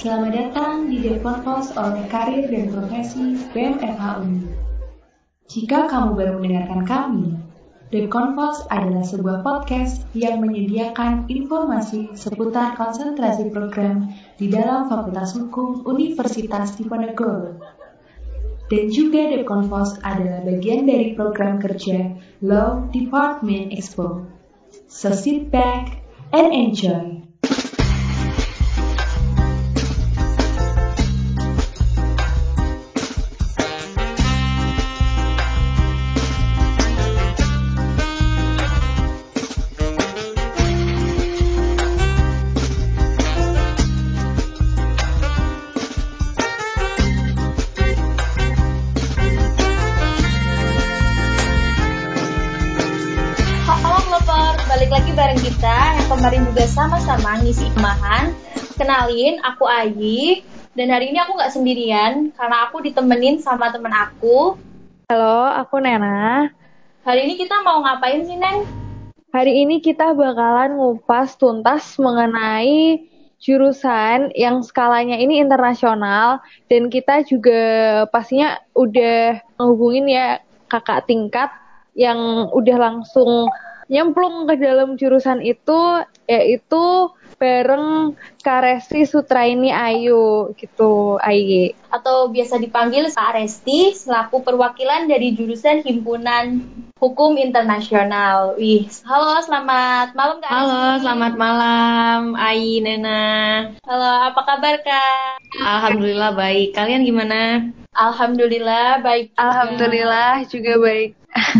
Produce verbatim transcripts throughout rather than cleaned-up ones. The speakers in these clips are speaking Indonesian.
Selamat datang di The Podcast oleh Karir dan Profesi B M F H U N I. Jika kamu baru mendengarkan kami, The Convos adalah sebuah podcast yang menyediakan informasi seputar konsentrasi program di dalam Fakultas Hukum Universitas Diponegoro. Dan juga The Convos adalah bagian dari program kerja Law Department Expo. So sit back and enjoy. Kemarin juga sama-sama ngisi hikmahan. Kenalin, aku Ayi. Dan hari ini aku gak sendirian, karena aku ditemenin sama temen aku. Halo, aku Nena. Hari ini kita mau ngapain sih, Nen? Hari ini kita bakalan ngupas tuntas mengenai jurusan yang skalanya ini internasional. Dan kita juga pastinya udah ngehubungin ya kakak tingkat yang udah langsung nyemplung ke dalam jurusan itu, yaitu bareng Kak Resti Sutraini Ayu gitu, Ayi. Atau biasa dipanggil Kak Resti selaku perwakilan dari jurusan Himpunan Hukum Internasional. Wih, halo, selamat malam Kak Halo, Resti. selamat malam Ayi, Nena. Halo, apa kabar Kak? Alhamdulillah baik. Kalian gimana? Alhamdulillah baik. Alhamdulillah juga baik.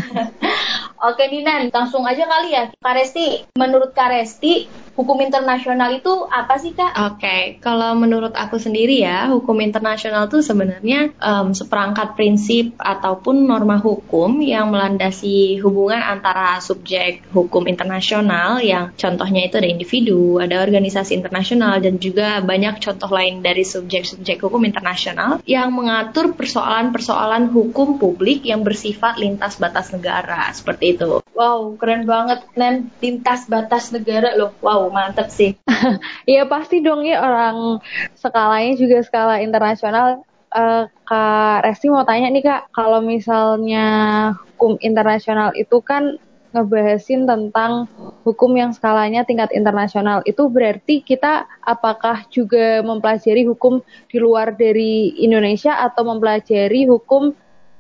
Oke nih Nan, langsung aja kali ya. Kak Resti, menurut Kak Resti, hukum internasional itu apa sih Kak? Oke, kalau menurut aku sendiri ya, hukum internasional itu sebenarnya um, seperangkat prinsip ataupun norma hukum yang melandasi hubungan antara subjek hukum internasional yang contohnya itu ada individu, ada organisasi internasional, dan juga banyak contoh lain dari subjek-subjek hukum internasional yang mengatur persoalan-persoalan hukum publik yang bersifat lintas batas negara, seperti itu. Wow, keren banget, Nen. Lintas batas negara loh. Wow, mantep sih. Iya pasti dong ya, orang skalanya juga skala internasional. Uh, Kak Resti mau tanya nih Kak, kalau misalnya hukum internasional itu kan ngebahasin tentang hukum yang skalanya tingkat internasional, itu berarti kita apakah juga mempelajari hukum di luar dari Indonesia atau mempelajari hukum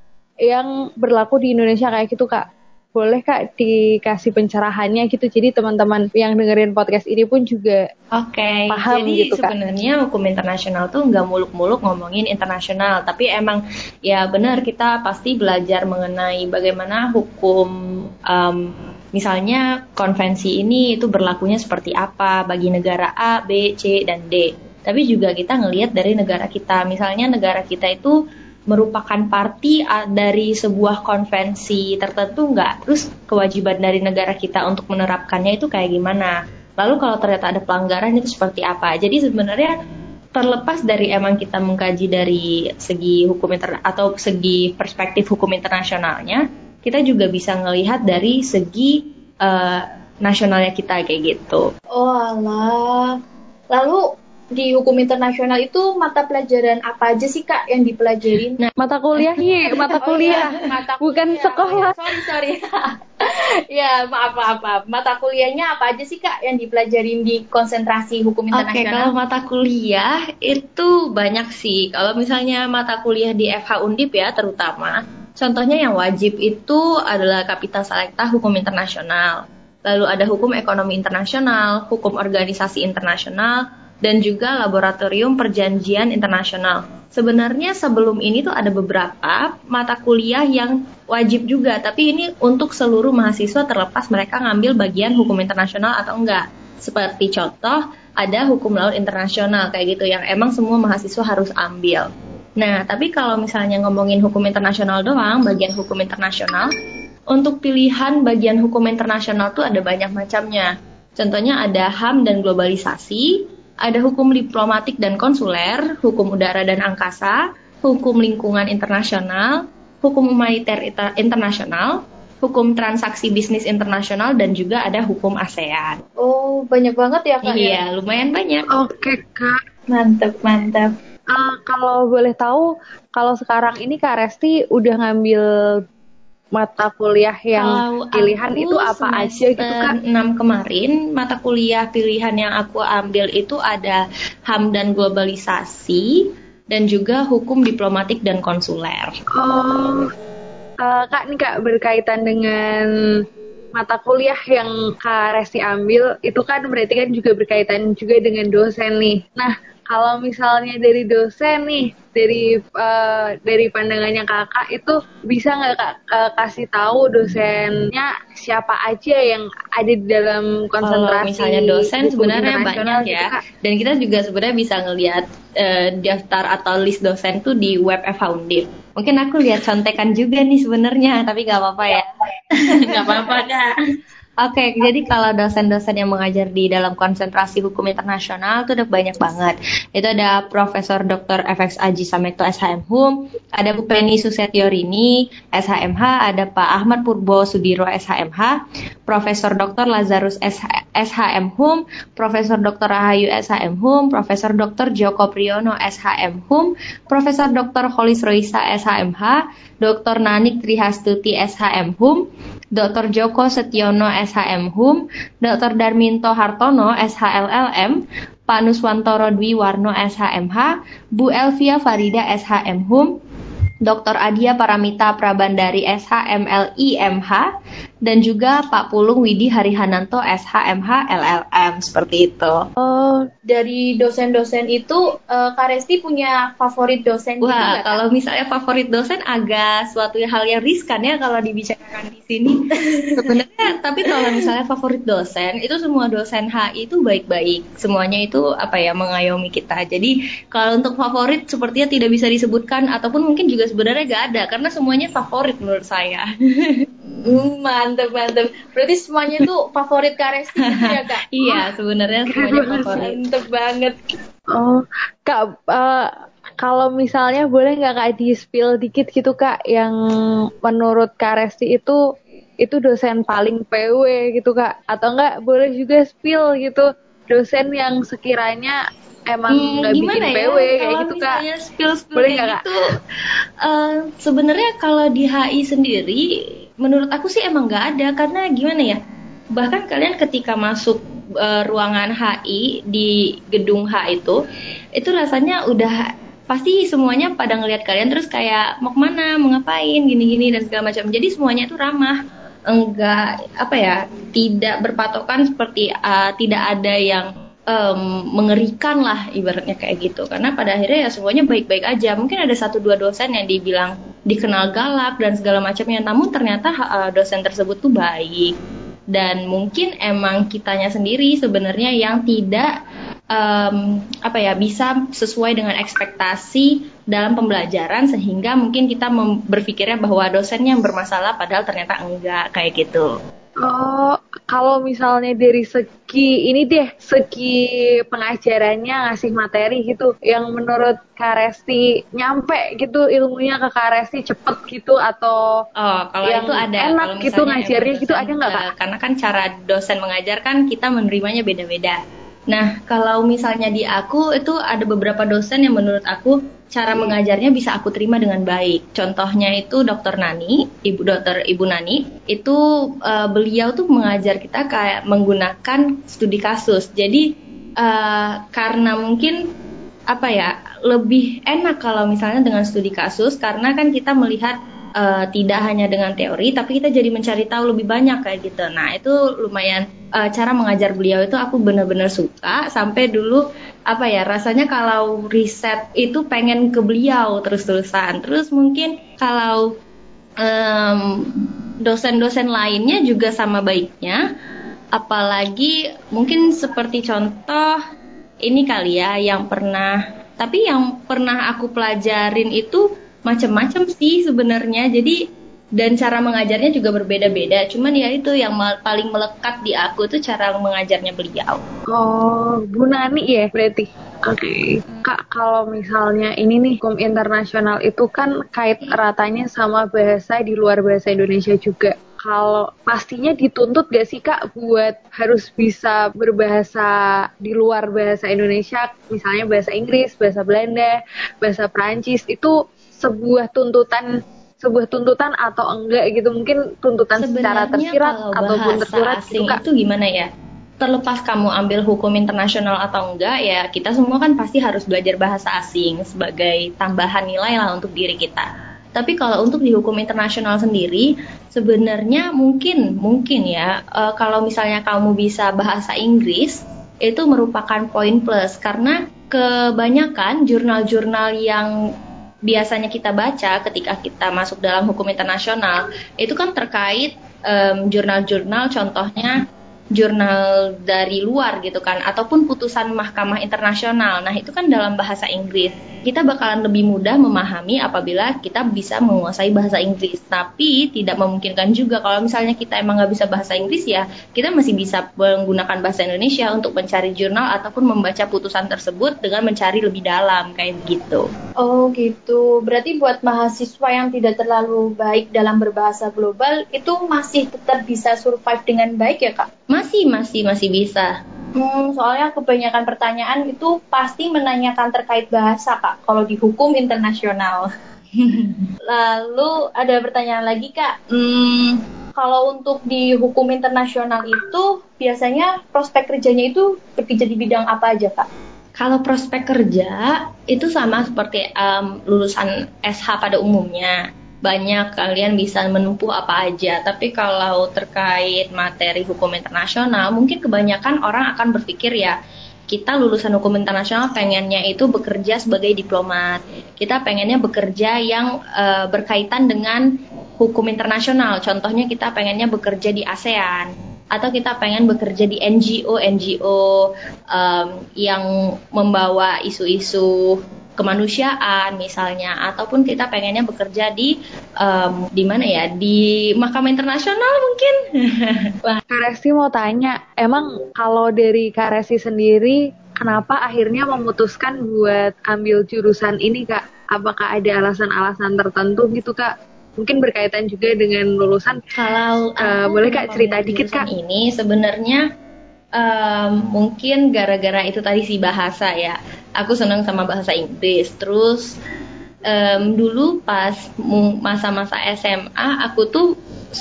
yang berlaku di Indonesia kayak gitu Kak? Boleh Kak dikasih pencerahannya gitu, jadi teman-teman yang dengerin podcast ini pun juga okay, paham jadi gitu Kak. Sebenarnya hukum internasional tuh nggak muluk-muluk ngomongin internasional, tapi emang ya benar kita pasti belajar mengenai bagaimana hukum, um, misalnya konvensi ini itu berlakunya seperti apa bagi negara A, B, C, dan D. Tapi juga kita ngelihat dari negara kita, misalnya negara kita itu merupakan parti dari sebuah konvensi tertentu nggak? Terus kewajiban dari negara kita untuk menerapkannya itu kayak gimana? Lalu kalau ternyata ada pelanggaran itu seperti apa? Jadi sebenarnya terlepas dari emang kita mengkaji dari segi hukum inter atau segi perspektif hukum internasionalnya, kita juga bisa ngelihat dari segi uh, nasionalnya kita kayak gitu. Oh alah. Lalu di hukum internasional itu mata pelajaran apa aja sih Kak yang dipelajarin? Nah, mata kuliah nih, mata kuliah, oh, iya, mata bukan kuliah. Sekolah. Oh, ya. Sorry sorry. Ya maaf maaf maaf. Mata kuliahnya apa aja sih Kak yang dipelajarin di konsentrasi hukum internasional? Oke, okay, kalau mata kuliah itu banyak sih. Kalau misalnya mata kuliah di F H Undip ya terutama, contohnya yang wajib itu adalah Kapita Selekta Hukum Internasional. Lalu ada hukum ekonomi internasional, hukum organisasi internasional, dan juga laboratorium perjanjian internasional. Sebenarnya sebelum ini tuh ada beberapa mata kuliah yang wajib juga, tapi ini untuk seluruh mahasiswa terlepas mereka ngambil bagian hukum internasional atau enggak. Seperti contoh, ada hukum laut internasional kayak gitu yang emang semua mahasiswa harus ambil. Nah, tapi kalau misalnya ngomongin hukum internasional doang, bagian hukum internasional, untuk pilihan bagian hukum internasional tuh ada banyak macamnya. Contohnya ada H A M dan globalisasi, ada hukum diplomatik dan konsuler, hukum udara dan angkasa, hukum lingkungan internasional, hukum humaniter internasional, hukum transaksi bisnis internasional, dan juga ada hukum ASEAN. Oh, banyak banget ya Kak? Iya, ya? Lumayan banyak. Oke Kak. Mantap, mantap. Uh, kalau boleh tahu, kalau sekarang ini Kak Resti udah ngambil mata kuliah yang Kalau pilihan aku itu apa aja gitu semester Kak? enam kemarin, mata kuliah pilihan yang aku ambil itu ada H A M dan globalisasi dan juga hukum diplomatik dan konsuler. Oh, uh, Kak nih Kak, berkaitan dengan mata kuliah yang Kak Resti ambil itu kan berarti kan juga berkaitan juga dengan dosen nih. Nah, kalau misalnya dari dosen nih, dari uh, dari pandangannya kakak itu bisa nggak kak uh, kasih tahu dosennya siapa aja yang ada di dalam Kalau konsentrasi misalnya dosen hukum sebenarnya banyak internasional gitu ya, kak? dan kita juga sebenarnya bisa ngelihat eh, daftar atau list dosen tuh di web F H Undip. Mungkin aku lihat contekan juga nih sebenarnya, tapi nggak apa-apa ya. Nggak apa-apa kak. Oke, jadi kalau dosen-dosen yang mengajar di dalam konsentrasi hukum internasional itu udah banyak banget. Itu ada Profesor Doktor F X Aji Samekto S H M Hum, ada Bu Penny Susetiorini S H M H, ada Pak Ahmad Purbo Sudiro S H M H, Profesor Doktor Lazarus S H M Hum, Profesor Doktor Rahayu S H M Hum, Profesor Doktor Joko Priyono S H M Hum, Profesor Doktor Holis Roisa S H M H, Doktor Nanik Trihastuti S H M Hum, Doktor Joko Setiono S H M Hum, Doktor Darminto Hartono S H L L M, Pak Nuswantoro Dwi Warno S H M H, Bu Elvia Farida S H M Hum, Doktor Adia Paramita Prabandari S H M L I M H, dan juga Pak Pulung Widi Harihananto S H M H L L M, seperti itu. Oh, dari dosen-dosen itu uh, Kak Resti punya favorit dosen gitu Wah, nggak? kalau misalnya favorit dosen agak suatu hal yang riskan ya kalau dibicarakan di sini. Sebenarnya, tapi kalau misalnya favorit dosen, itu semua dosen H I itu baik-baik. Semuanya itu apa ya, mengayomi kita. Jadi kalau untuk favorit sepertinya tidak bisa disebutkan ataupun mungkin juga sebenarnya gak ada karena semuanya favorit menurut saya. Hmm, mantep, mantep. Berarti semuanya tuh favorit Kak Resti gitu ya Kak? Iya, sebenarnya semuanya favorit. Mantep banget. Oh, Kak, uh, kalau misalnya boleh nggak Kak di-spill dikit gitu Kak, yang menurut Kak Resti itu itu dosen paling P W gitu Kak, atau enggak boleh juga spill gitu dosen yang sekiranya emang nggak Hmm, bikin gimana P W ya kayak kalau gitu Kak, misalnya spill-spill boleh kayak nggak Kak? gitu, uh, sebenarnya kalau di H I sendiri menurut aku sih emang nggak ada karena gimana ya, bahkan kalian ketika masuk uh, ruangan H I di gedung H itu itu rasanya udah pasti semuanya pada ngelihat kalian terus kayak mau kemana, mau ngapain, gini-gini dan segala macam. Jadi semuanya itu ramah, enggak apa ya, tidak berpatokan seperti uh, tidak ada yang um, mengerikan lah ibaratnya kayak gitu. Karena pada akhirnya ya semuanya baik-baik aja. Mungkin ada satu dua dosen yang dibilang dikenal galak dan segala macamnya, namun ternyata uh, dosen tersebut tuh baik. Dan mungkin emang kitanya sendiri sebenarnya yang tidak um, apa ya bisa sesuai dengan ekspektasi dalam pembelajaran sehingga mungkin kita mem- berpikirnya bahwa dosennya yang bermasalah padahal ternyata enggak kayak gitu. Oh, kalau misalnya dari segi ini deh, segi pengajarannya ngasih materi gitu, yang menurut Kak Resti nyampe gitu ilmunya ke Kak Resti cepet gitu, atau Oh, kalau yang itu ada. enak Kalau gitu misalnya emang ngajarnya gitu, dosen, ada nggak Kak? uh, karena kan cara dosen mengajar kan kita menerimanya beda-beda. Nah, kalau misalnya di aku itu ada beberapa dosen yang menurut aku cara mengajarnya bisa aku terima dengan baik. Contohnya itu Dokter Nani, Ibu Dokter Ibu Nani, itu uh, beliau tuh mengajar kita kayak menggunakan studi kasus. Jadi uh, karena mungkin apa ya, lebih enak kalau misalnya dengan studi kasus karena kan kita melihat uh, tidak hanya dengan teori tapi kita jadi mencari tahu lebih banyak kayak gitu. Nah, itu lumayan uh, cara mengajar beliau itu aku benar-benar suka sampai dulu apa ya, rasanya kalau riset itu pengen ke beliau terus-terusan. Terus mungkin kalau um, dosen-dosen lainnya juga sama baiknya, apalagi mungkin seperti contoh ini kali ya yang pernah, tapi yang pernah aku pelajarin itu macam-macam sih sebenarnya. Jadi dan cara mengajarnya juga berbeda-beda. Cuman ya itu yang mal- paling melekat di aku tuh cara mengajarnya beliau. Oh, Bu Nani ya berarti. Oke, okay. Kak, kalau misalnya ini nih, hukum internasional itu kan kait ratanya sama bahasa di luar bahasa Indonesia juga. kalau pastinya dituntut gak sih Kak buat harus bisa berbahasa di luar bahasa Indonesia, misalnya bahasa Inggris, bahasa Belanda, bahasa Perancis, itu sebuah tuntutan sebuah tuntutan atau enggak gitu, mungkin tuntutan secara Sebenarnya tersirat kalau ataupun bahasa tersurat asing gitu Kak. itu gimana ya? Terlepas kamu ambil hukum internasional atau enggak, ya kita semua kan pasti harus belajar bahasa asing sebagai tambahan nilai lah untuk diri kita. Tapi kalau untuk di hukum internasional sendiri, sebenarnya mungkin mungkin ya uh, kalau misalnya kamu bisa bahasa Inggris, itu merupakan poin plus karena kebanyakan jurnal-jurnal yang biasanya kita baca ketika kita masuk dalam hukum internasional itu kan terkait um, jurnal-jurnal, contohnya jurnal dari luar gitu kan, ataupun putusan mahkamah internasional. Nah itu kan dalam bahasa Inggris. Kita bakalan lebih mudah memahami apabila kita bisa menguasai bahasa Inggris. Tapi tidak memungkinkan juga kalau misalnya kita emang nggak bisa bahasa Inggris, ya kita masih bisa menggunakan bahasa Indonesia untuk mencari jurnal ataupun membaca putusan tersebut dengan mencari lebih dalam kayak gitu. Oh gitu, berarti buat mahasiswa yang tidak terlalu baik dalam berbahasa global itu masih tetap bisa survive dengan baik ya Kak? Masih, masih, masih bisa. Hmm, soalnya kebanyakan pertanyaan itu pasti menanyakan terkait bahasa Kak, kalau di hukum internasional. Lalu ada pertanyaan lagi Kak, hmm, kalau untuk di hukum internasional itu biasanya prospek kerjanya itu bekerja di bidang apa aja Kak? Kalau prospek kerja itu sama seperti um, lulusan S H pada umumnya. Banyak kalian bisa menempuh apa aja, tapi kalau terkait materi hukum internasional, mungkin kebanyakan orang akan berpikir ya, kita lulusan hukum internasional pengennya itu bekerja sebagai diplomat. Kita pengennya bekerja yang uh, berkaitan dengan hukum internasional. Contohnya kita pengennya bekerja di ASEAN, atau kita pengen bekerja di N G O N G O um, yang membawa isu-isu kemanusiaan misalnya, ataupun kita pengennya bekerja di um, di mana ya, di mahkamah internasional mungkin. Kak Resti mau tanya, emang kalau dari Kak Resti sendiri kenapa akhirnya memutuskan buat ambil jurusan ini Kak? Apakah ada alasan-alasan tertentu gitu Kak? Mungkin berkaitan juga dengan lulusan. Kalau uh, boleh Kak cerita dikit Kak? Ini sebenarnya um, mungkin gara-gara itu tadi sih, bahasa ya. Aku senang sama bahasa Inggris. Terus um, dulu pas masa-masa S M A aku tuh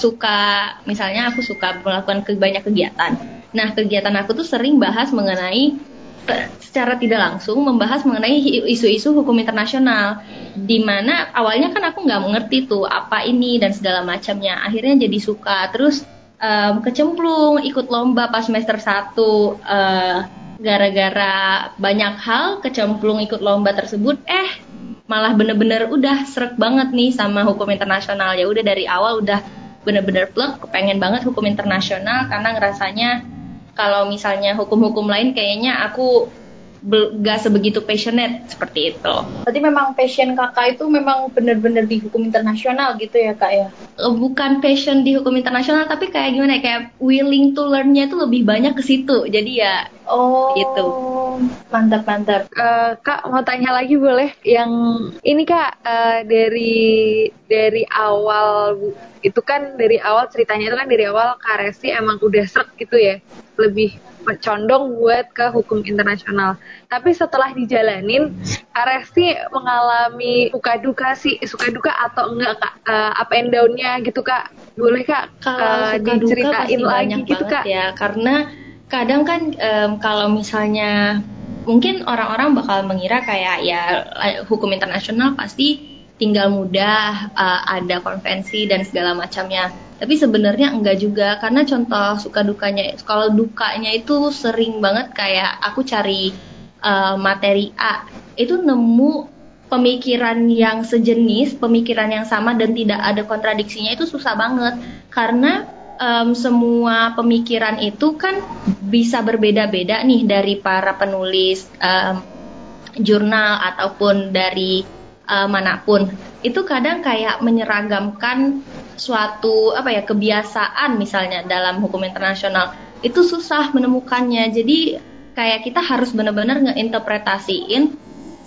suka, misalnya aku suka melakukan ke banyak kegiatan. Nah kegiatan aku tuh sering bahas mengenai, secara tidak langsung membahas mengenai isu-isu hukum internasional, dimana awalnya kan aku nggak mengerti tuh apa ini dan segala macamnya. Akhirnya jadi suka, terus um, kecemplung ikut lomba pas semester satu. Uh, gara-gara banyak hal kecemplung ikut lomba tersebut, eh malah bener-bener udah srek banget nih sama hukum internasional. Ya udah dari awal udah bener-bener plek, kepengen banget hukum internasional karena ngerasanya kalau misalnya hukum-hukum lain kayaknya aku be- gak sebegitu passionate seperti itu. Berarti memang passion kakak itu memang benar-benar di hukum internasional gitu ya Kak ya? Bukan passion di hukum internasional, tapi kayak gimana ya, kayak willing to learn-nya itu lebih banyak ke situ. Jadi ya oh gitu. Mantap-mantap. Uh, Kak mau tanya lagi boleh? Yang ini Kak, uh, dari dari awal itu kan dari awal ceritanya itu kan dari awal Kak Resti emang udah srek gitu ya, lebih condong buat ke hukum internasional. Tapi setelah dijalanin, Kak Resti mengalami suka duka sih, suka duka atau enggak Kak? Uh, up and down-nya gitu Kak? Boleh Kak Kalau uh, suka duka pasti diceritain lagi banyak gitu banget Kak? ya, karena kadang kan um, kalau misalnya mungkin orang-orang bakal mengira kayak ya hukum internasional pasti tinggal mudah, uh, ada konvensi dan segala macamnya. Tapi sebenarnya enggak juga, karena contoh suka dukanya, kalau dukanya itu sering banget kayak aku cari uh, materi A, itu nemu pemikiran yang sejenis, pemikiran yang sama dan tidak ada kontradiksinya itu susah banget. Karena Um, semua pemikiran itu kan bisa berbeda-beda nih dari para penulis um, jurnal ataupun dari uh, manapun. Itu kadang kayak menyeragamkan suatu apa ya kebiasaan misalnya dalam hukum internasional itu susah menemukannya. Jadi kayak kita harus benar-benar ngeinterpretasiin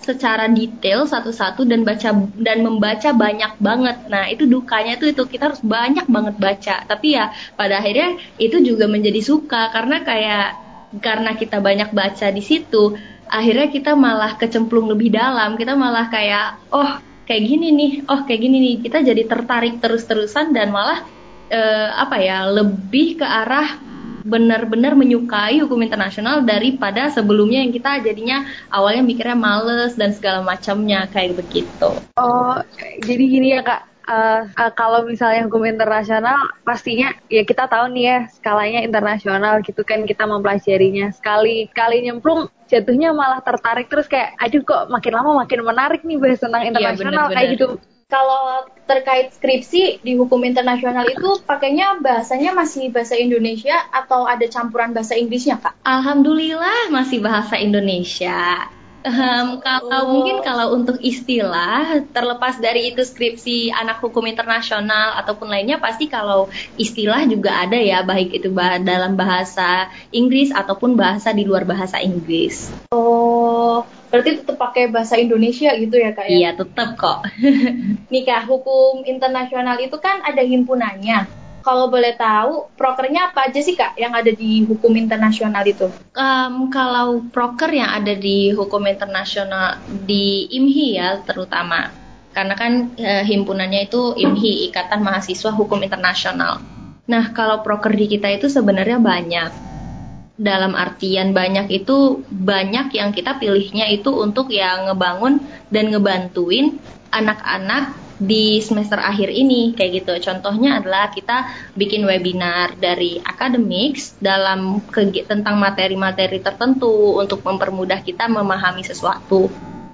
secara detail satu-satu dan baca dan membaca banyak banget. Nah, itu dukanya tuh itu kita harus banyak banget baca. Tapi ya pada akhirnya itu juga menjadi suka karena kayak karena kita banyak baca di situ, akhirnya kita malah kecemplung lebih dalam. Kita malah kayak oh, kayak gini nih. Oh, kayak gini nih. Kita jadi tertarik terus-terusan dan malah eh, apa ya, lebih ke arah benar-benar menyukai hukum internasional daripada sebelumnya yang kita jadinya awalnya mikirnya males dan segala macamnya kayak begitu. Oh, jadi gini ya Kak, uh, uh, kalau misalnya hukum internasional pastinya ya kita tahu nih ya skalanya internasional gitu kan, kita mempelajarinya sekali kali nyemplung jatuhnya malah tertarik terus kayak aduh kok makin lama makin menarik nih bahas tentang internasional ya, kayak gitu. Kalau terkait skripsi di hukum internasional itu pakainya bahasanya masih bahasa Indonesia atau ada campuran bahasa Inggrisnya, Kak? Alhamdulillah masih bahasa Indonesia. Um, kalau oh. mungkin kalau untuk istilah, terlepas dari itu skripsi anak hukum internasional ataupun lainnya, pasti kalau istilah juga ada ya, baik itu bah- dalam bahasa Inggris ataupun bahasa di luar bahasa Inggris. Oh, berarti tetap pakai bahasa Indonesia gitu ya Kak ya? Iya, tetap kok. Nih Kak, hukum internasional itu kan ada himpunannya. Kalau boleh tahu, prokernya apa aja sih Kak yang ada di hukum internasional itu? Um, kalau proker yang ada di hukum internasional di I M H I ya terutama, karena kan eh, himpunannya itu I M H I, Ikatan Mahasiswa Hukum Internasional. Nah, kalau proker di kita itu sebenarnya banyak. Dalam artian banyak itu banyak yang kita pilihnya itu untuk yang ngebangun dan ngebantuin anak-anak di semester akhir ini kayak gitu. Contohnya adalah kita bikin webinar dari academics dalam kegi- tentang materi-materi tertentu untuk mempermudah kita memahami sesuatu.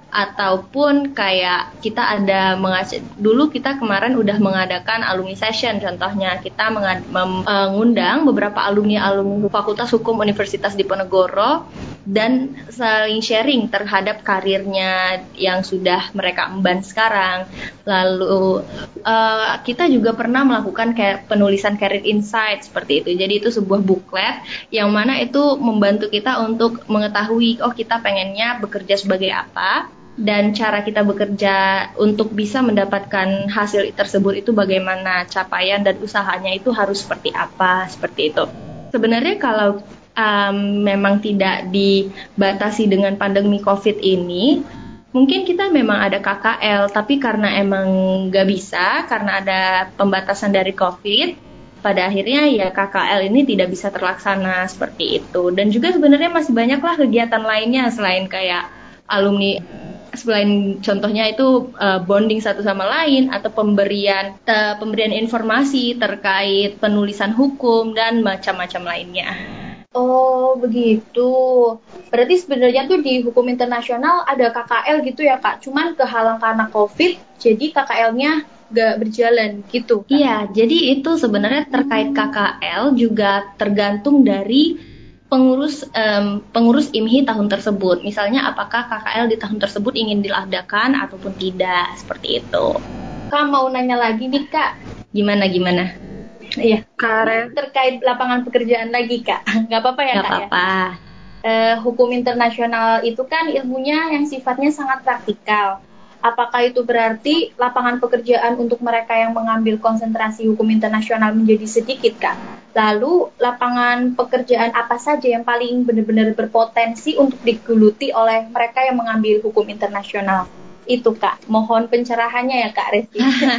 Ataupun kayak kita ada mengasih dulu kita kemarin udah mengadakan alumni session, contohnya kita mengad- mem- mengundang beberapa alumni-alumni Fakultas Hukum Universitas Diponegoro dan saling sharing terhadap karirnya yang sudah mereka emban sekarang. Lalu uh, kita juga pernah melakukan kayak penulisan career insight seperti itu. Jadi itu sebuah booklet yang mana itu membantu kita untuk mengetahui oh kita pengennya bekerja sebagai apa. Dan cara kita bekerja untuk bisa mendapatkan hasil tersebut itu bagaimana, capaian dan usahanya itu harus seperti apa, seperti itu. Sebenarnya kalau um, memang tidak dibatasi dengan pandemi COVID ini, mungkin kita memang ada K K L, tapi karena emang nggak bisa, karena ada pembatasan dari COVID, pada akhirnya ya K K L ini tidak bisa terlaksana seperti itu. Dan juga sebenarnya masih banyaklah kegiatan lainnya selain kayak alumni, selain contohnya itu uh, bonding satu sama lain atau pemberian uh, pemberian informasi terkait penulisan hukum dan macam-macam lainnya. Oh begitu. Berarti sebenarnya tuh di hukum internasional ada K K L gitu ya Kak. Cuman kehalang karena COVID, jadi K K L-nya gak berjalan gitu. Kak? Iya, jadi itu sebenarnya terkait K K L juga tergantung dari pengurus um, pengurus I M H I tahun tersebut. Misalnya apakah K K L di tahun tersebut ingin diadakan ataupun tidak, seperti itu. Kak mau nanya lagi nih Kak. Gimana gimana? Iya, Karen. Terkait lapangan pekerjaan lagi Kak. Gak apa-apa ya Gak Kak apa-apa. ya? Uh, hukum internasional itu kan ilmunya yang sifatnya sangat praktikal. Apakah itu berarti lapangan pekerjaan untuk mereka yang mengambil konsentrasi hukum internasional menjadi sedikit, Kak? Lalu, lapangan pekerjaan apa saja yang paling benar-benar berpotensi untuk digeluti oleh mereka yang mengambil hukum internasional? Itu, Kak. Mohon pencerahannya ya, Kak Resti.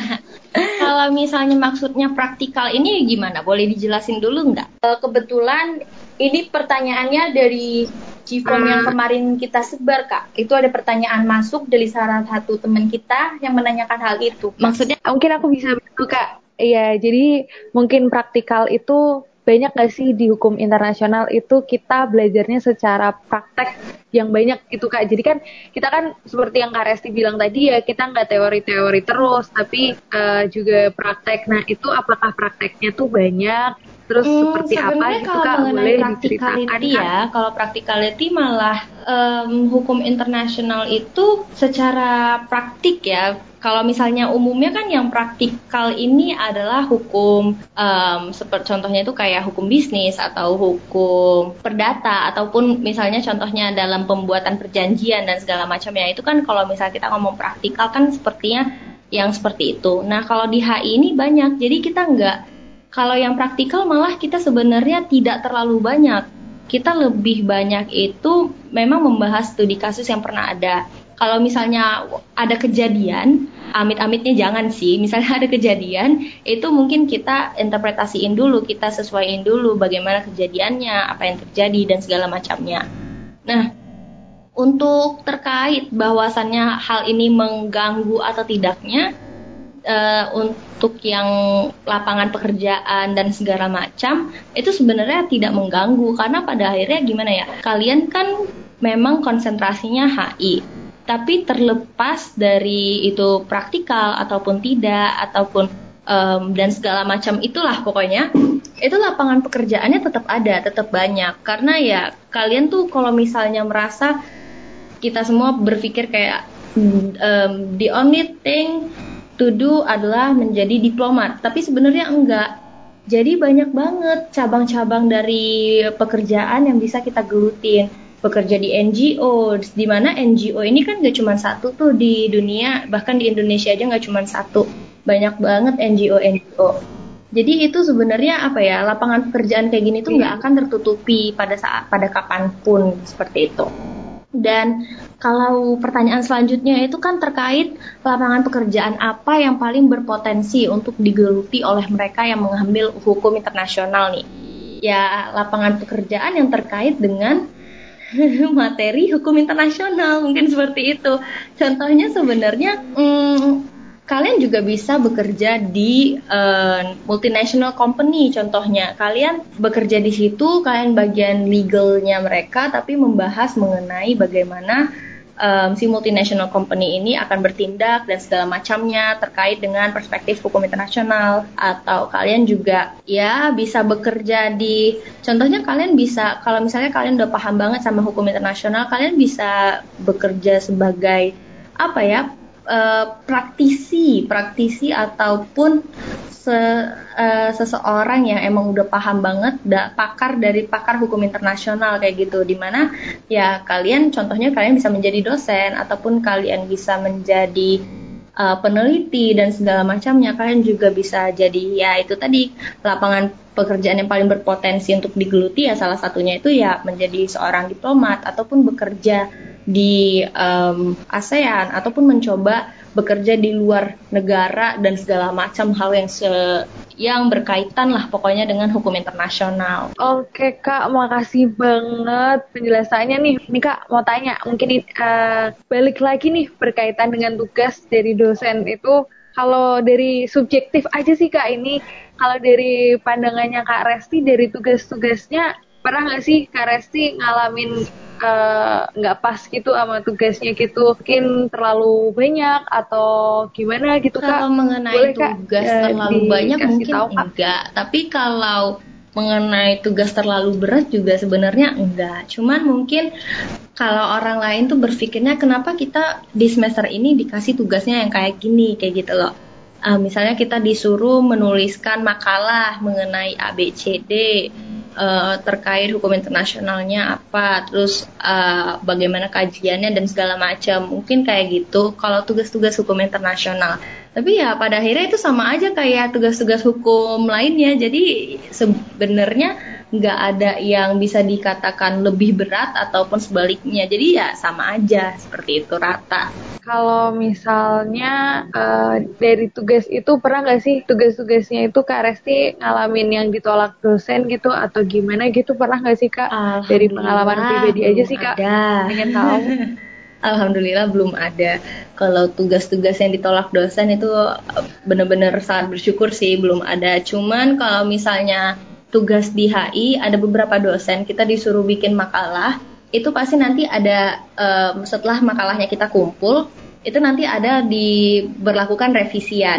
Kalau misalnya maksudnya praktikal ini gimana? Boleh dijelasin dulu nggak? Kebetulan ini pertanyaannya dari G-Form yang kemarin kita sebar, Kak. Itu ada pertanyaan masuk dari salah satu teman kita yang menanyakan hal itu. Maksudnya, mungkin aku bisa bantu, Kak. Iya, jadi mungkin praktikal itu banyak nggak sih di hukum internasional itu kita belajarnya secara praktek yang banyak gitu Kak. Jadi kan kita kan seperti yang Kak Resti bilang tadi ya, kita nggak teori-teori terus, tapi uh, juga praktek. Nah itu apakah prakteknya tuh banyak Terus Hmm, seperti apa sebenarnya gitu kalau Kak, mengenai boleh diceritakan practicality Kak? ya, kalau practicality malah em, hukum internasional itu secara praktik ya. Kalau misalnya umumnya kan yang praktikal ini adalah hukum em, seperti contohnya itu kayak hukum bisnis atau hukum perdata ataupun misalnya contohnya dalam pembuatan perjanjian dan segala macamnya. Itu kan kalau misalnya kita ngomong praktikal kan sepertinya yang seperti itu. Nah kalau di H I ini banyak, jadi kita nggak, kalau yang praktikal malah kita sebenarnya tidak terlalu banyak. Kita lebih banyak itu memang membahas studi kasus yang pernah ada. Kalau misalnya ada kejadian, amit-amitnya jangan sih, misalnya ada kejadian, itu mungkin kita interpretasiin dulu, kita sesuaiin dulu bagaimana kejadiannya, apa yang terjadi, dan segala macamnya. Nah, untuk terkait bahwasannya hal ini mengganggu atau tidaknya, uh, untuk yang lapangan pekerjaan dan segala macam itu sebenarnya tidak mengganggu karena pada akhirnya gimana ya, kalian kan memang konsentrasinya H I, tapi terlepas dari itu praktikal ataupun tidak ataupun um, dan segala macam itulah pokoknya itu lapangan pekerjaannya tetap ada, tetap banyak karena ya kalian tuh kalau misalnya merasa kita semua berpikir kayak um, the only thing to do adalah menjadi diplomat, tapi sebenarnya enggak. Jadi banyak banget cabang-cabang dari pekerjaan yang bisa kita gelutin. Bekerja di N G O, di mana N G O ini kan gak cuma satu tuh di dunia, bahkan di Indonesia aja gak cuma satu. Banyak banget N G O N G O. Jadi itu sebenarnya apa ya, lapangan pekerjaan kayak gini tuh gak akan tertutupi pada saat pada kapanpun seperti itu. Dan kalau pertanyaan selanjutnya itu kan terkait lapangan pekerjaan apa yang paling berpotensi untuk digeluti oleh mereka yang mengambil hukum internasional nih. Ya lapangan pekerjaan yang terkait dengan materi hukum internasional, mungkin seperti itu. Contohnya sebenarnya hmm, kalian juga bisa bekerja di uh, multinational company. Contohnya kalian bekerja di situ, kalian bagian legalnya mereka, tapi membahas mengenai bagaimana um, si multinational company ini akan bertindak dan segala macamnya terkait dengan perspektif hukum internasional. Atau kalian juga ya bisa bekerja di, contohnya kalian bisa, kalau misalnya kalian udah paham banget sama hukum internasional, kalian bisa bekerja sebagai apa ya, Uh, praktisi, praktisi ataupun se, uh, seseorang yang emang udah paham banget, da, pakar dari pakar hukum internasional kayak gitu, dimana ya kalian contohnya kalian bisa menjadi dosen ataupun kalian bisa menjadi uh, peneliti dan segala macamnya. Kalian juga bisa jadi ya itu tadi lapangan pekerjaan yang paling berpotensi untuk digeluti ya salah satunya itu ya menjadi seorang diplomat ataupun bekerja di um, ASEAN ataupun mencoba bekerja di luar negara dan segala macam hal yang se yang berkaitan lah pokoknya dengan hukum internasional. Oke Kak, makasih banget penjelasannya nih. Nih Kak, mau tanya, mungkin uh, balik lagi nih berkaitan dengan tugas dari dosen itu, kalau dari subjektif aja sih Kak ini, kalau dari pandangannya Kak Resti dari tugas-tugasnya, pernah nggak sih Kak Resti ngalamin nggak uh, pas gitu sama tugasnya gitu, mungkin terlalu banyak atau gimana gitu Kak? Kalau mengenai boleh tugas Kak, terlalu uh, banyak mungkin tahu, enggak, tapi kalau mengenai tugas terlalu berat juga sebenarnya enggak. Cuman mungkin kalau orang lain tuh berpikirnya kenapa kita di semester ini dikasih tugasnya yang kayak gini, kayak gitu loh. Uh, misalnya kita disuruh menuliskan makalah mengenai A B C D uh, terkait hukum internasionalnya apa, terus uh, bagaimana kajiannya dan segala macam. Mungkin kayak gitu kalau tugas-tugas hukum internasional. Tapi ya pada akhirnya itu sama aja kayak tugas-tugas hukum lainnya. Jadi sebenarnya nggak ada yang bisa dikatakan lebih berat ataupun sebaliknya. Jadi ya sama aja seperti itu, rata. Kalau misalnya uh, dari tugas itu pernah nggak sih tugas-tugasnya itu Kak Resti ngalamin yang ditolak dosen gitu atau gimana gitu, pernah nggak sih Kak? Dari pengalaman pribadi aja sih Kak, ada. pengen tahu. Alhamdulillah belum ada. Kalau tugas-tugas yang ditolak dosen itu benar-benar sangat bersyukur sih belum ada. Cuman kalau misalnya tugas di H I ada beberapa dosen kita disuruh bikin makalah, itu pasti nanti ada um, setelah makalahnya kita kumpul, itu nanti ada diberlakukan revisian.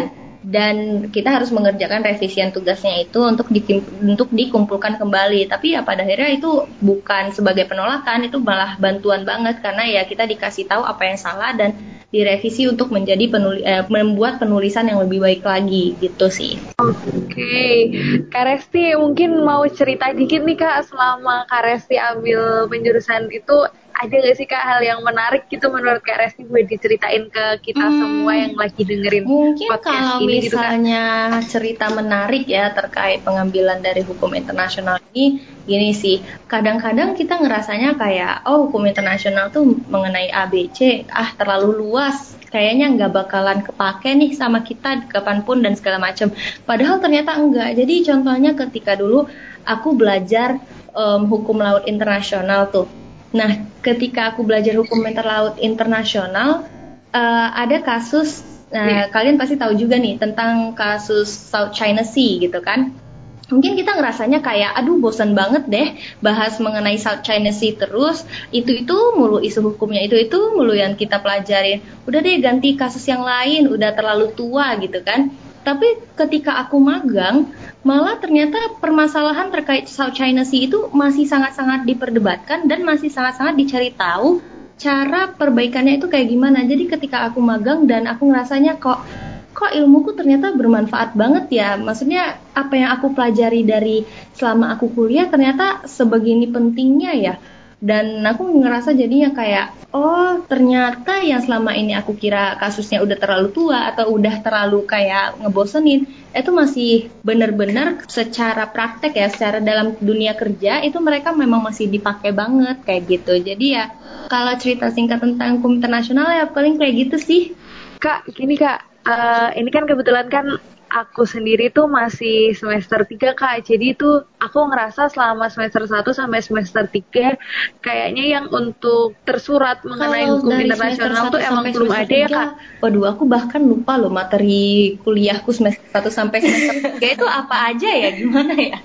dan kita harus mengerjakan revisian tugasnya itu untuk dikim- untuk dikumpulkan kembali. Tapi ya pada akhirnya itu bukan sebagai penolakan, itu malah bantuan banget karena ya kita dikasih tahu apa yang salah dan direvisi untuk menjadi penuli- eh, membuat penulisan yang lebih baik lagi gitu sih. Oke, okay. Kak Resti mungkin mau cerita dikit nih Kak, selama Kak Resti ambil penjurusan itu ada gak sih Kak hal yang menarik gitu menurut Kak Resti buat diceritain ke kita Hmm, semua yang lagi dengerin mungkin podcast kalau ini gitu Kak? misalnya cerita menarik ya terkait pengambilan dari hukum internasional ini, gini sih, kadang-kadang kita ngerasanya kayak, oh hukum internasional tuh mengenai A B C, ah terlalu luas, kayaknya nggak bakalan kepake nih sama kita kapanpun dan segala macam. Padahal ternyata enggak. Jadi contohnya ketika dulu aku belajar um, hukum laut internasional tuh. Nah, ketika aku belajar hukum laut internasional, uh, ada kasus, uh, kalian pasti tahu juga nih tentang kasus South China Sea gitu kan. Mungkin kita ngerasanya kayak, aduh bosan banget deh bahas mengenai South China Sea terus, itu-itu mulu isu hukumnya, itu-itu mulu yang kita pelajarin. Udah deh ganti kasus yang lain, udah terlalu tua gitu kan. Tapi ketika aku magang, malah ternyata permasalahan terkait South China Sea itu masih sangat-sangat diperdebatkan dan masih sangat-sangat dicari tahu cara perbaikannya itu kayak gimana. Jadi ketika aku magang dan aku ngerasanya kok kok ilmuku ternyata bermanfaat banget ya. Maksudnya apa yang aku pelajari dari selama aku kuliah ternyata sebegini pentingnya ya. Dan aku ngerasa jadinya kayak, oh ternyata yang selama ini aku kira kasusnya udah terlalu tua atau udah terlalu kayak ngebosenin, itu masih benar-benar secara praktek ya, secara dalam dunia kerja itu mereka memang masih dipakai banget kayak gitu. Jadi ya kalau cerita singkat tentang hukum internasional ya paling kayak gitu sih. Kak, gini Kak, uh, ini kan kebetulan kan aku sendiri tuh masih semester tiga Kak, jadi itu aku ngerasa selama semester satu sampai semester tiga kayaknya yang untuk tersurat mengenai Kalau hukum dari internasional tuh emang sampai belum semester ada ya tiga, Kak. waduh aku bahkan lupa loh materi kuliahku semester satu sampai semester tiga itu apa aja ya, gimana ya?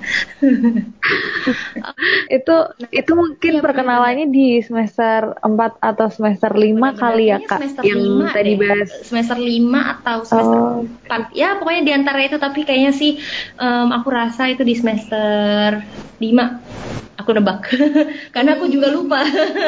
itu itu mungkin Iya, perkenalannya di semester empat atau semester lima benar-benar kali ya kayaknya Kak, semester yang lima tadi deh. bahas. Semester lima atau semester Oh, empat. Ya, pokoknya di antara itu, tapi kayaknya sih em, aku rasa itu di semester lima. Aku nebak. Karena aku juga lupa.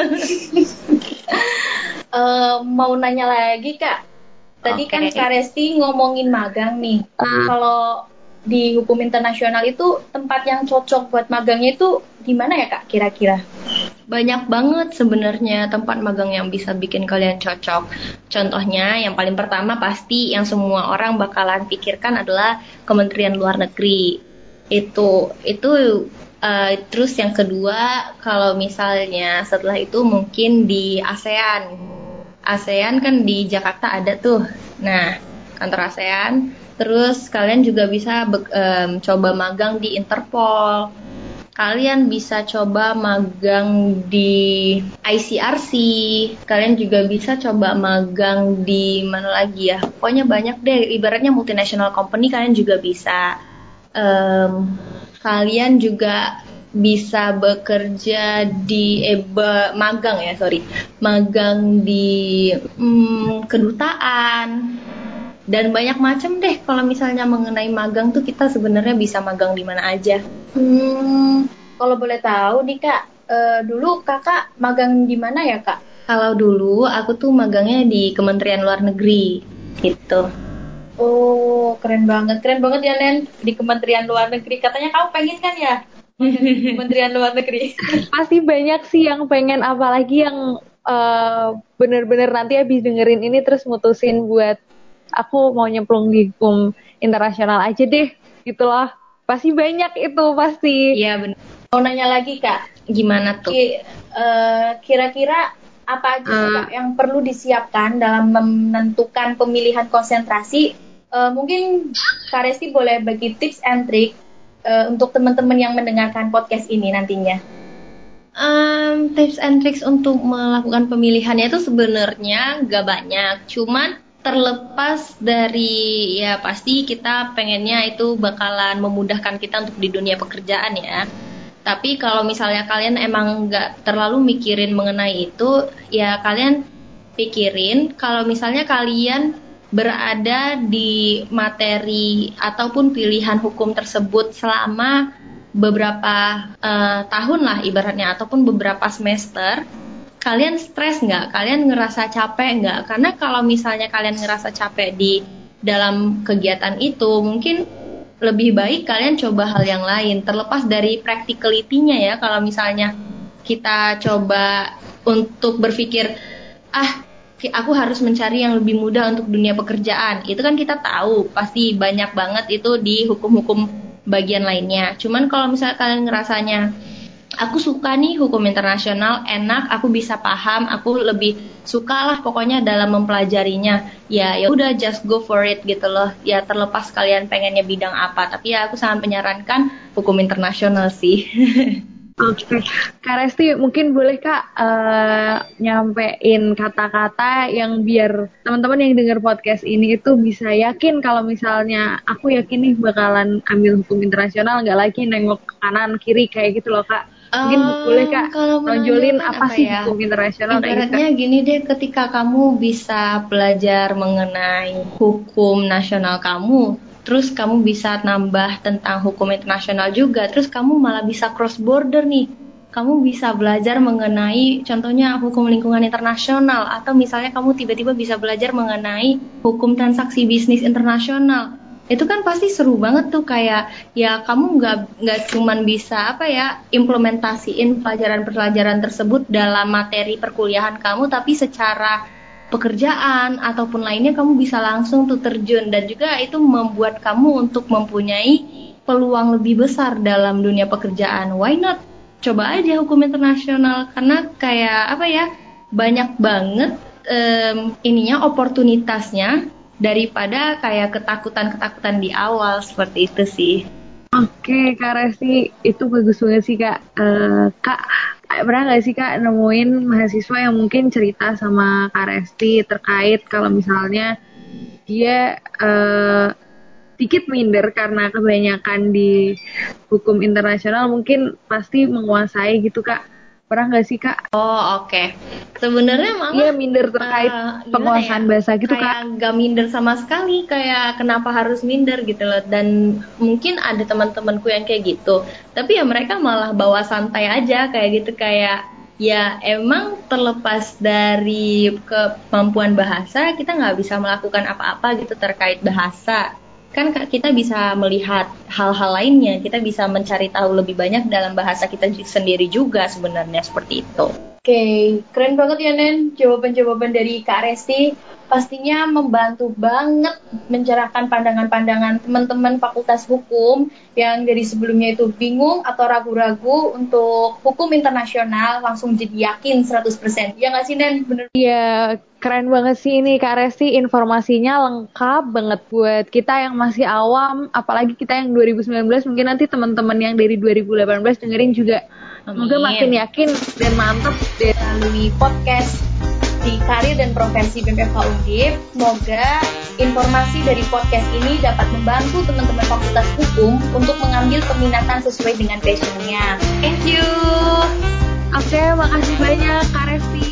Eh, mau nanya lagi Kak. Tadi Oke. kan Kak Resti ngomongin magang nih. uh, Kalau di hukum internasional itu tempat yang cocok buat magangnya itu di mana ya Kak kira-kira? Banyak banget sebenarnya tempat magang yang bisa bikin kalian cocok. Contohnya yang paling pertama pasti yang semua orang bakalan pikirkan adalah Kementerian Luar Negeri. Itu itu uh, terus yang kedua kalau misalnya setelah itu mungkin di ASEAN. ASEAN kan di Jakarta ada tuh. Nah, kantor ASEAN. Terus kalian juga bisa be- em, coba magang di Interpol. Kalian bisa coba magang di I C R C. Kalian juga bisa coba magang di mana lagi ya? Pokoknya banyak deh. Ibaratnya multinational company kalian juga bisa. Em, kalian juga bisa bekerja di eh, be- magang ya sorry magang di mm, kedutaan dan banyak macam deh. Kalau misalnya mengenai magang tuh kita sebenarnya bisa magang di mana aja. Hmm, kalau boleh tahu nih Kak, eh, dulu Kakak magang di mana ya Kak? Kalau dulu aku tuh magangnya di Kementerian Luar Negeri gitu. Oh, keren banget, keren banget ya Nen di Kementerian Luar Negeri. Katanya kamu pengen kan ya magang di Kementerian Luar Negeri? pasti banyak sih yang pengen, apalagi yang uh, bener-bener nanti habis dengerin ini terus mutusin buat aku mau nyemplung di hukum internasional aja deh gitu loh. Pasti banyak itu pasti. Iya benar. Mau nanya lagi Kak, Gimana tuh? Ki- eh, kira-kira apa aja sih Kak yang perlu disiapkan dalam menentukan pemilihan konsentrasi? Eh, mungkin Kak Resti boleh bagi tips and trick eh, untuk teman-teman yang mendengarkan podcast ini nantinya. Um, tips and tricks untuk melakukan pemilihannya itu sebenarnya gak banyak, cuman terlepas dari ya pasti kita pengennya itu bakalan memudahkan kita untuk di dunia pekerjaan ya. Tapi kalau misalnya kalian emang gak terlalu mikirin mengenai itu, ya kalian pikirin kalau misalnya kalian berada di materi ataupun pilihan hukum tersebut selama beberapa uh, tahun lah ibaratnya, ataupun beberapa semester, kalian stres nggak? Kalian ngerasa capek nggak? Karena kalau misalnya kalian ngerasa capek di dalam kegiatan itu, mungkin lebih baik kalian coba hal yang lain, terlepas dari practicality-nya ya. Kalau misalnya kita coba untuk berpikir, ah aku harus mencari yang lebih mudah untuk dunia pekerjaan, itu kan kita tahu pasti banyak banget itu di hukum-hukum bagian lainnya. Cuman kalau misalnya kalian ngerasanya aku suka nih hukum internasional, enak, aku bisa paham, aku lebih suka lah pokoknya dalam mempelajarinya, ya ya udah just go for it gitu loh. Ya terlepas kalian pengennya bidang apa, tapi ya aku sangat menyarankan hukum internasional sih. Oke, okay. Kak Resti mungkin boleh Kak uh, nyampein kata-kata yang biar teman-teman yang dengar podcast ini itu bisa yakin kalau misalnya aku yakin nih bakalan ambil hukum internasional, nggak lagi nengok ke kanan kiri kayak gitu loh Kak. Mungkin um, boleh Kak tonjolin apa, apa sih ya? Hukum internasional? Ibaratnya gitu, gini deh, ketika kamu bisa belajar mengenai hukum nasional kamu, terus kamu bisa nambah tentang hukum internasional juga, terus kamu malah bisa cross border nih. Kamu bisa belajar mengenai contohnya hukum lingkungan internasional, atau misalnya kamu tiba-tiba bisa belajar mengenai hukum transaksi bisnis internasional. Itu kan pasti seru banget tuh, kayak ya kamu nggak nggak cuman bisa apa ya implementasiin pelajaran-pelajaran tersebut dalam materi perkuliahan kamu, tapi secara pekerjaan ataupun lainnya kamu bisa langsung tuh terjun, dan juga itu membuat kamu untuk mempunyai peluang lebih besar dalam dunia pekerjaan. Why not? Coba aja hukum internasional, karena kayak apa ya, banyak banget um, ininya oportunitasnya daripada kayak ketakutan-ketakutan di awal seperti itu sih. Oke, Kak Resti, itu bagus banget sih Kak. Uh, Kak, pernah nggak sih Kak nemuin mahasiswa yang mungkin cerita sama Kak Resti terkait kalau misalnya dia uh, sedikit minder karena kebanyakan di hukum internasional mungkin pasti menguasai gitu Kak. Pernah nggak sih Kak? Oh oke. Okay. Sebenarnya malah iya minder terkait uh, penguasaan ya? bahasa gitu kayak Kak. Kayak gak minder sama sekali, kayak kenapa harus minder gitu loh. Dan mungkin ada teman-temanku yang kayak gitu. Tapi ya mereka malah bawa santai aja kayak gitu, kayak ya emang terlepas dari kemampuan bahasa kita nggak bisa melakukan apa-apa gitu terkait bahasa. Kan kita bisa melihat hal-hal lainnya, kita bisa mencari tahu lebih banyak dalam bahasa kita sendiri juga sebenarnya, seperti itu. Oke, okay. Keren banget ya Nen, jawaban-jawaban dari Kak Resti pastinya membantu banget mencerahkan pandangan-pandangan teman-teman Fakultas Hukum yang dari sebelumnya itu bingung atau ragu-ragu untuk hukum internasional, langsung jadi yakin seratus persen. Ya nggak sih Nen? Bener? Iya, keren banget sih ini Kak Resti, informasinya lengkap banget buat kita yang masih awam, apalagi kita yang dua ribu sembilan belas, mungkin nanti teman-teman yang dari dua ribu delapan belas dengerin juga. Semoga makin yakin dan mantap deh melalui podcast di Karir dan Profesi B M F H Undip. Semoga informasi dari podcast ini dapat membantu teman-teman Fakultas Hukum untuk mengambil peminatan sesuai dengan passion-nya. Thank you. Oke, makasih banyak Kak Resti.